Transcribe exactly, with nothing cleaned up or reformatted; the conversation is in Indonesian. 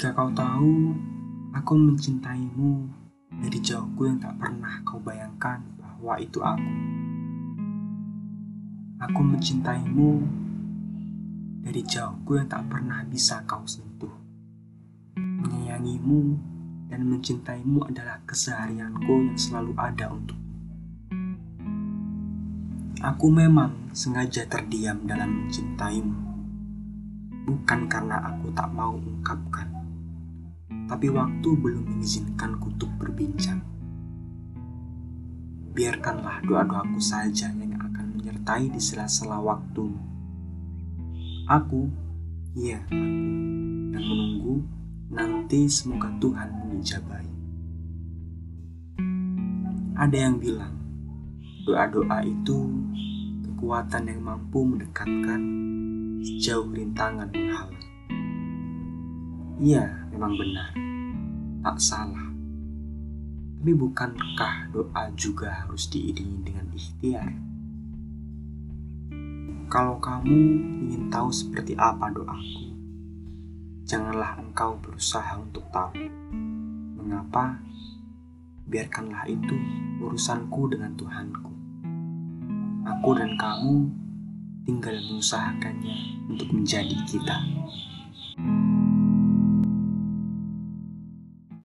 Jika kau tahu, aku mencintaimu dari jauhku yang tak pernah kau bayangkan bahwa itu aku. Aku mencintaimu dari jauhku yang tak pernah bisa kau sentuh. Menyayangimu dan mencintaimu adalah keseharianku yang selalu ada untukmu. Aku memang sengaja terdiam dalam mencintaimu, bukan karena aku tak mau ungkapkan, tapi waktu belum mengizinkanku untuk berbincang. Biarkanlah doa-doaku saja yang akan menyertai di sela-sela waktu. Aku, iya aku, yang menunggu nanti semoga Tuhan mengijabahi. Ada yang bilang, doa-doa itu kekuatan yang mampu mendekatkan sejauh rintangan menghalang. Iya, memang benar, tak salah. Tapi bukankah doa juga harus diiringi dengan ikhtiar? Kalau kamu ingin tahu seperti apa doaku, janganlah engkau berusaha untuk tahu. Mengapa? Biarkanlah itu urusanku dengan Tuhanku. Aku dan kamu tinggal mengusahakannya untuk menjadi kita.